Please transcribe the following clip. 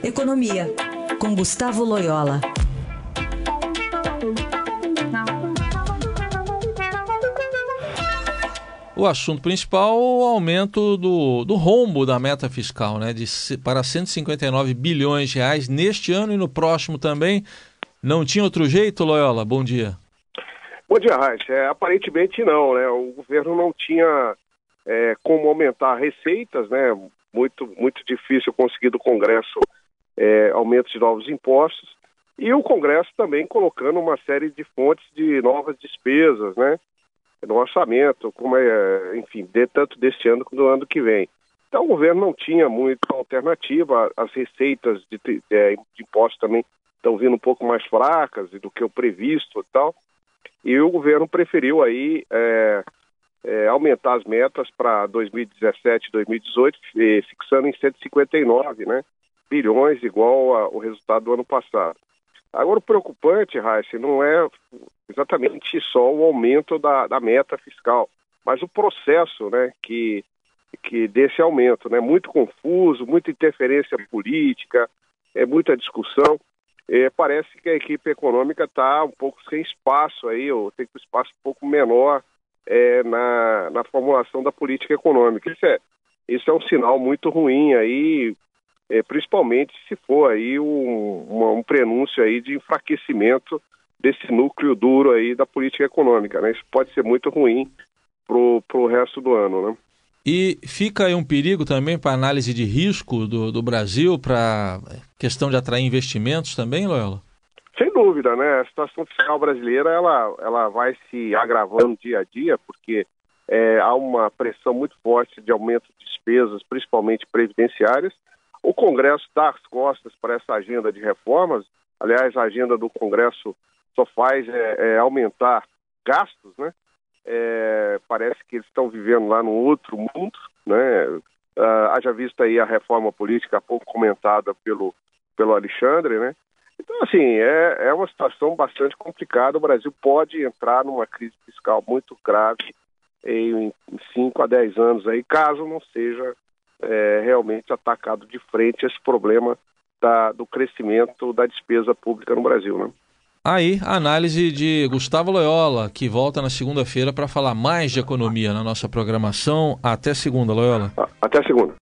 Economia, com Gustavo Loyola. O assunto principal é o aumento do rombo da meta fiscal, né, para 159 bilhões de reais neste ano e no próximo também. Não tinha outro jeito, Loyola? Bom dia. Bom dia, Raíssa. Aparentemente não, né? O governo não tinha como aumentar receitas, né? Muito difícil conseguir do Congresso aumento de novos impostos. E o Congresso também colocando uma série de fontes de novas despesas, né? No orçamento, enfim, tanto deste ano como do ano que vem. Então o governo não tinha muita alternativa, as receitas de impostos também estão vindo um pouco mais fracas do que o previsto e tal, e o governo preferiu aí aumentar as metas para 2017 e 2018, fixando em 159, né, bilhões, igual ao resultado do ano passado. Agora, o preocupante, Raíssa, não é exatamente só o aumento da meta fiscal, mas o processo, né, que desse aumento, né, muito confuso, muita interferência política, muita discussão. Parece que a equipe econômica está um pouco sem espaço aí, ou tem um espaço um pouco menor na formulação da política econômica. Isso é um sinal muito ruim aí, principalmente se for aí um prenúncio aí de enfraquecimento desse núcleo duro aí da política econômica, né? Isso pode ser muito ruim pro resto do ano, né? E fica aí um perigo também para a análise de risco do Brasil, para questão de atrair investimentos também, Loyola? Sem dúvida, né? A situação fiscal brasileira ela vai se agravando dia a dia, porque há uma pressão muito forte de aumento de despesas, principalmente previdenciárias. O Congresso dá as costas para essa agenda de reformas. Aliás, a agenda do Congresso só faz aumentar gastos, né? Parece que eles estão vivendo lá num outro mundo, né? Haja vista aí a reforma política há pouco comentada pelo Alexandre, né? Então, assim, é uma situação bastante complicada. O Brasil pode entrar numa crise fiscal muito grave em 5 a 10 anos aí, caso não seja realmente atacado de frente esse problema do crescimento da despesa pública no Brasil, né? Aí, a análise de Gustavo Loyola, que volta na segunda-feira para falar mais de economia na nossa programação. Até segunda, Loyola. Até segunda.